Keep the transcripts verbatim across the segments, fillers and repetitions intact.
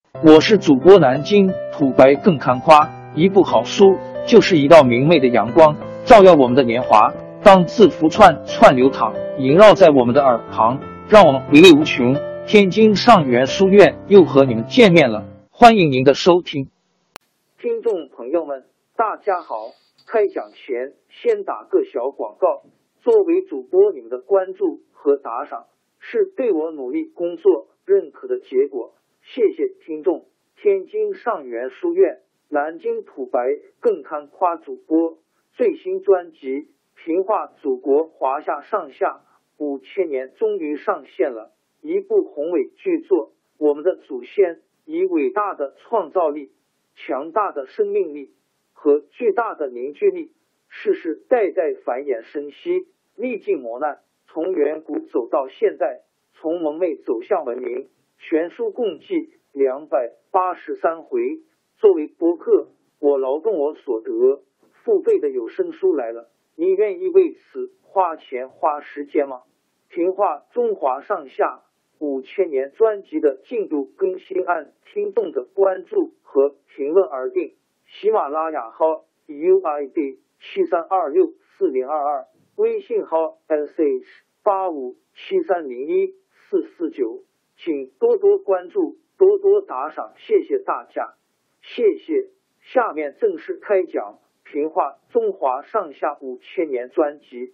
我是主播南京土白更看花，一部好书就是一道明媚的阳光，照耀我们的年华。当字符串串流淌，萦绕在我们的耳旁，让我们回味无穷。天津上元书院又和你们见面了，欢迎您的收听。听众朋友们，大家好。开讲前先打个小广告，作为主播，你们的关注和打赏是对我努力工作认可的结果，谢谢听众。天津上元书院南京土白更看花主播最新专辑《平话祖国华夏上下五千年》终于上线了，一部宏伟巨作。我们的祖先以伟大的创造力、强大的生命力和巨大的凝聚力，世世代代繁衍生息，历尽磨难，从远古走到现在，从蒙昧走向文明。全书共计两百八十三回。作为播客，我劳动我所得，付费的有声书来了，你愿意为此花钱花时间吗？评话中华上下五千年专辑的进度更新按听众的关注和评论而定。喜马拉雅号 U I D 七三二六四零二二，微信号 S H 八五七三零一四四九，请多多关注，多多打赏，谢谢大家，谢谢。下面正式开讲评话中华上下五千年专辑。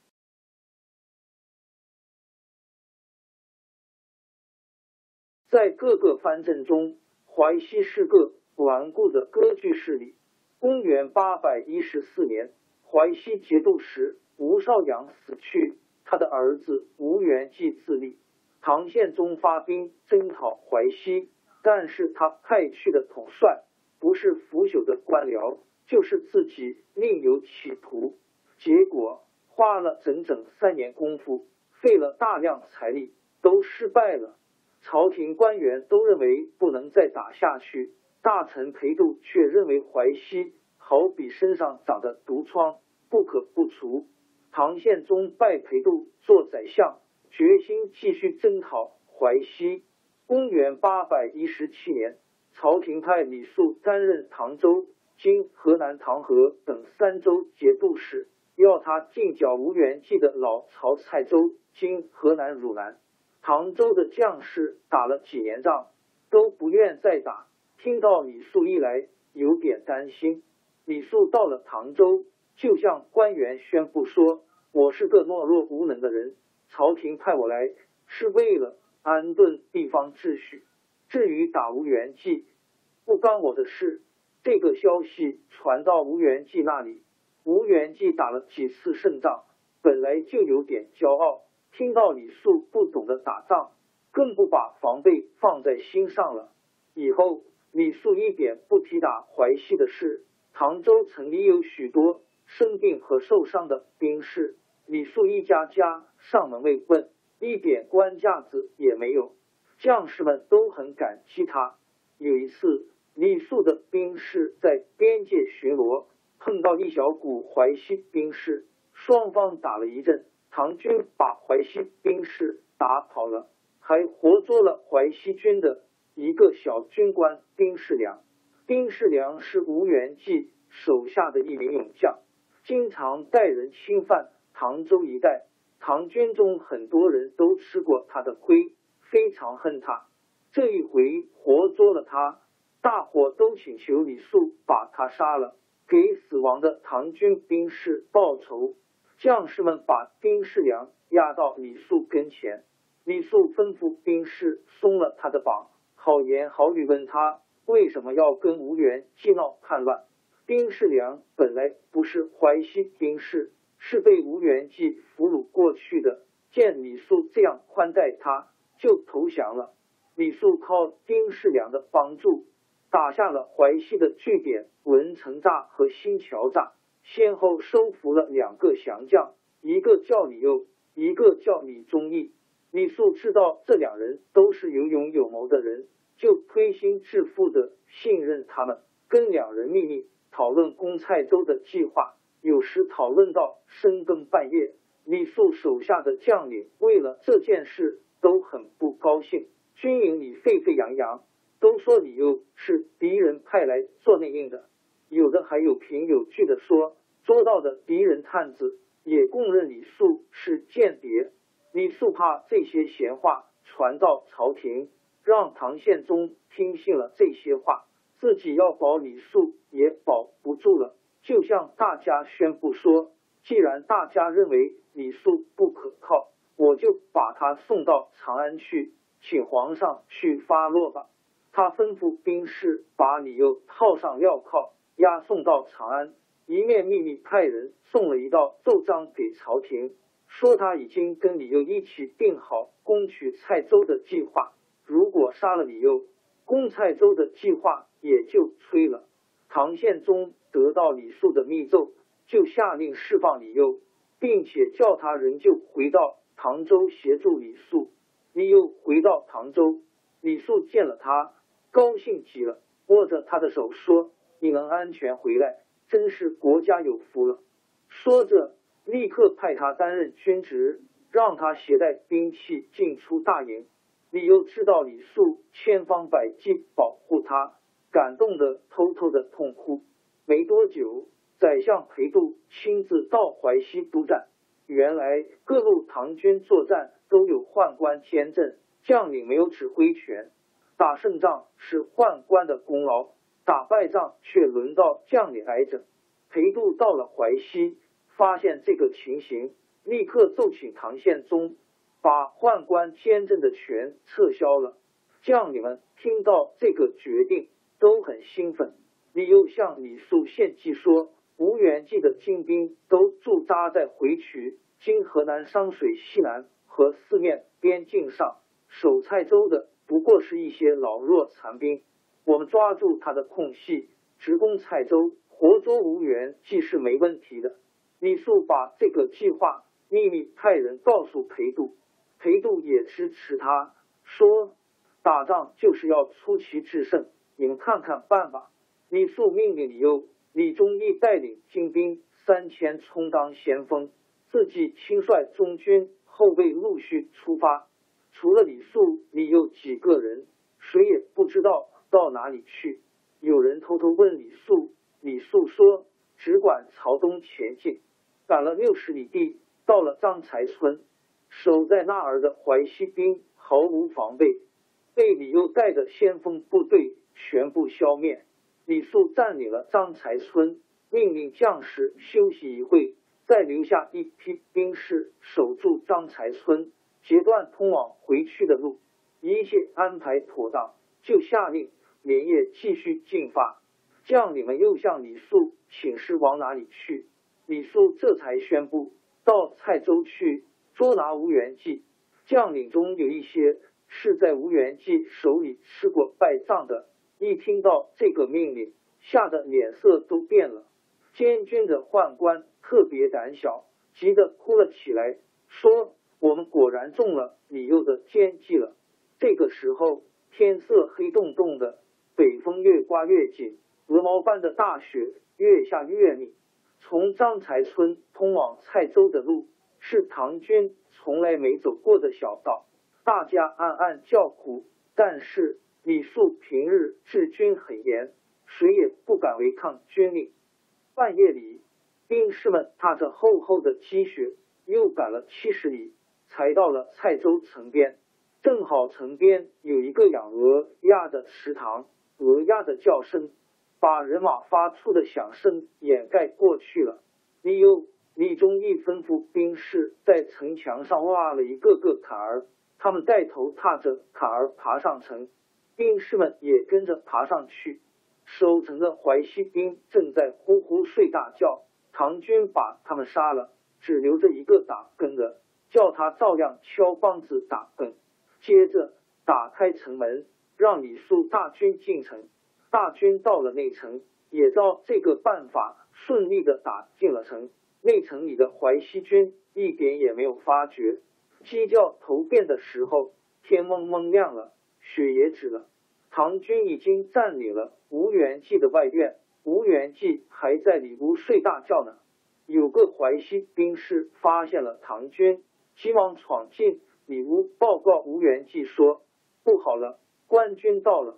在各个藩镇中，淮西是个顽固的割据势力。公元八百一十四年，淮西节度使吴少阳死去，他的儿子吴元济自立。唐宪宗发兵征讨淮西，但是他派去的统帅不是腐朽的官僚，就是自己另有企图。结果花了整整三年功夫，费了大量财力，都失败了。朝廷官员都认为不能再打下去，大臣裴度却认为淮西好比身上长的毒疮，不可不除。唐宪宗拜裴度做宰相，决心继续征讨淮西。公元八百一十七年，朝廷派李肃担任唐州、今河南唐河等三州节度使，要他进剿吴元济的老巢蔡州、今河南汝南。唐州的将士打了几年仗，都不愿再打，听到李肃一来，有点担心。李肃到了唐州，就向官员宣布说：“我是个懦弱无能的人，朝廷派我来是为了安顿地方秩序，至于打吴元济，不干我的事。”这个消息传到吴元济那里，吴元济打了几次胜仗，本来就有点骄傲，听到李肃不懂得打仗，更不把防备放在心上了。以后李肃一点不提打淮西的事。唐州城里有许多生病和受伤的兵士，李肃一家家上门慰问，一点官架子也没有，将士们都很感激他。有一次，李肃的兵士在边界巡逻，碰到一小股淮西兵士，双方打了一阵，唐军把淮西兵士打跑了，还活捉了淮西军的一个小军官丁世良。丁世良是吴元济手下的一名勇将，经常带人侵犯唐州一带，唐军中很多人都吃过他的亏，非常恨他。这一回活捉了他，大伙都请求李肃把他杀了，给死亡的唐军兵士报仇。将士们把丁世良押到李肃跟前，李肃吩咐兵士松了他的绑，好言好语问他为什么要跟吴元济闹叛乱。丁世良本来不是淮西兵士，是被吴元济俘虏过去的，见李肃这样宽待他，就投降了。李肃靠丁世良的帮助，打下了淮西的据点文成栅和新桥栅，先后收服了两个降将，一个叫李佑，一个叫李忠义。李肃知道这两人都是有勇有谋的人，就推心置腹的信任他们，跟两人秘密讨论攻蔡州的计划。有时讨论到深更半夜，李肃手下的将领为了这件事都很不高兴，军营里沸沸扬扬， 都说李佑是敌人派来做内应的，有的还有凭有据的说，捉到的敌人探子也供认李肃是间谍。李肃怕这些闲话传到朝廷，让唐宪宗听信了这些话，自己要保李肃也保不住了，就向大家宣布说，既然大家认为李肃不可靠，我就把他送到长安去，请皇上去发落吧。他吩咐兵士把李佑套上镣铐，押送到长安，一面秘密派人送了一道奏章给朝廷，说他已经跟李佑一起定好攻取蔡州的计划，如果杀了李佑，攻蔡州的计划也就吹了。唐宪宗得到李肃的密奏，就下令释放李佑，并且叫他仍旧回到唐州协助李肃。李佑回到唐州，李肃见了他，高兴极了，握着他的手说，你能安全回来，真是国家有福了。说着立刻派他担任军职，让他携带兵器进出大营。李佑知道李肃千方百计保护他，感动的偷偷的痛哭。没多久，宰相裴度亲自到淮西督战。原来各路唐军作战都有宦官监阵，将领没有指挥权，打胜仗是宦官的功劳，打败仗却轮到将领来整。裴度到了淮西，发现这个情形，立刻奏请唐宪宗把宦官监阵的权撤销了。将领们听到这个决定都很兴奋。李佑向李肃献计说，吴元济的精兵都驻扎在回渠（今河南商水西南）和四面边境上，守蔡州的不过是一些老弱残兵。我们抓住他的空隙，直攻蔡州，活捉吴元济是没问题的。李肃把这个计划秘密派人告诉裴度，裴度也支持他，说打仗就是要出奇制胜，你们看看办吧。李肃命令李佑、李忠义带领精兵三千充当先锋，自己亲率中军后备陆续出发。除了李肃、李佑几个人，谁也不知道到哪里去。有人偷偷问李肃，李肃说只管朝东前进。赶了六十里地，到了张才村，守在那儿的淮西兵毫无防备，被李佑带的先锋部队全部消灭。李肃占领了张才村，命令将士休息一会，再留下一批兵士守住张才村，截断通往回去的路。一切安排妥当，就下令连夜继续进发。将领们又向李肃请示往哪里去，李肃这才宣布到蔡州去捉拿吴元济。将领中有一些是在吴元济手里吃过败仗的，一听到这个命令，吓得脸色都变了。监军的宦官特别胆小，急得哭了起来，说我们果然中了李佑的奸计了。这个时候天色黑洞洞的，北风越刮越紧，鹅毛般的大雪越下越密。从张才村通往蔡州的路是唐军从来没走过的小道，大家暗暗叫苦。但是李肃平日治军很严，谁也不敢违抗军令。半夜里，兵士们踏着厚厚的积雪，又赶了七十里，才到了蔡州城边。正好城边有一个养鹅鸭的池塘，鹅鸭的叫声把人马发出的响声掩盖过去了。李佑、李忠义吩咐兵士在城墙上挖了一个个坎儿，他们带头踏着坎儿爬上城，兵士们也跟着爬上去。守城的淮西兵正在呼呼睡大觉，唐军把他们杀了，只留着一个打更的，叫他照样敲梆子打更。接着打开城门，让李肃大军进城。大军到了内城，也照这个办法顺利的打进了城。内城里的淮西军一点也没有发觉。鸡叫头遍的时候，天蒙蒙亮了，雪也止了。唐军已经占领了吴元济的外院，吴元济还在里屋睡大觉呢。有个淮西兵士发现了唐军，急忙闯进里屋报告吴元济说，不好了，官军到了。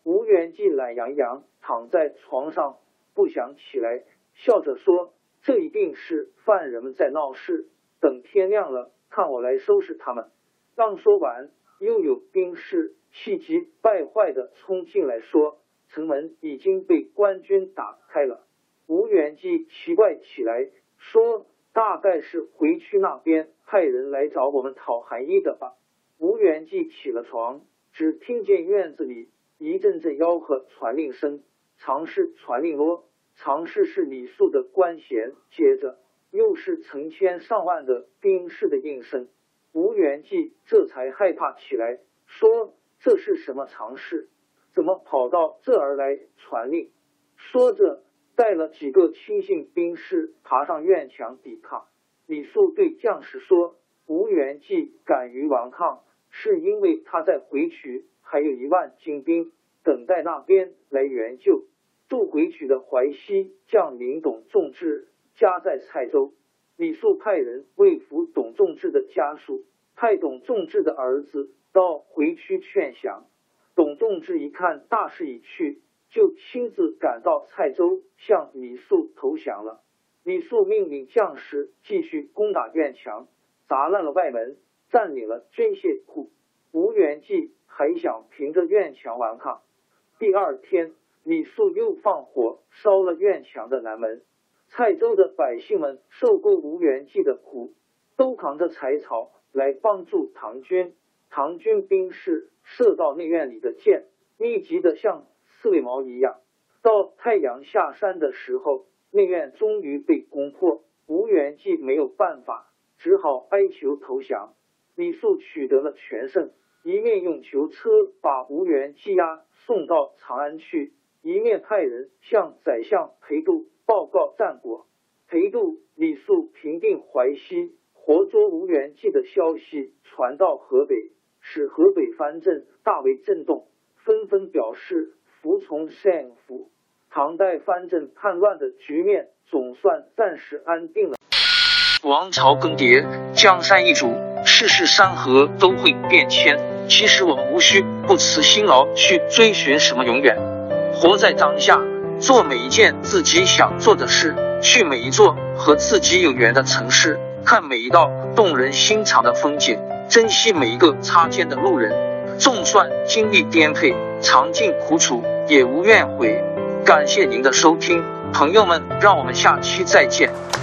吴元济懒洋洋躺在床上不想起来，笑着说：“这一定是犯人们在闹事，等天亮了看我来收拾他们。”刚说完，又有兵士气急败坏地冲进来说：“城门已经被官军打开了。”吴元济奇怪起来，说：“大概是回去那边派人来找我们讨寒衣的吧。”吴元济起了床，只听见院子里一阵阵吆喝传令声，常是传令啰，常是是李肃的官衔，接着又是成千上万的兵士的应声。吴元济这才害怕起来，说：“这是什么常事？怎么跑到这儿来传令？”说着带了几个亲信兵士爬上院墙抵抗。李肃对将士说：“吴元济敢于顽抗，是因为他在回曲还有一万精兵等待那边来援救。驻回曲的淮西将领董仲志家在蔡州。”李肃派人慰抚董仲志的家属，派董仲志的儿子到回曲劝降。董仲志一看大势已去，就亲自赶到蔡州向李肃投降了。李肃命令将士继续攻打院墙，砸烂了外门，占领了军械库。吴元济还想凭着院墙顽抗。第二天，李肃又放火烧了院墙的南门。蔡州的百姓们受够吴元济的苦，都扛着柴草来帮助唐军。唐军兵士射到内院里的箭密集的像刺猬毛一样。到太阳下山的时候，内院终于被攻破，吴元济没有办法，只好哀求投降。李肃取得了全胜，一面用囚车把吴元济押送到长安去，一面派人向宰相裴度报告战果。裴度、李肃平定淮西、活捉吴元济的消息传到河北，使河北藩镇大为震动，纷纷表示服从县府。唐代藩镇叛乱的局面总算暂时安定了。王朝更迭，江山易主，世事山河都会变迁。其实我们无需不辞辛劳去追寻什么永远，活在当下，做每一件自己想做的事，去每一座和自己有缘的城市，看每一道动人心肠的风景，珍惜每一个擦肩的路人。纵算经历颠沛，尝尽苦楚，也无怨悔。感谢您的收听，朋友们，让我们下期再见。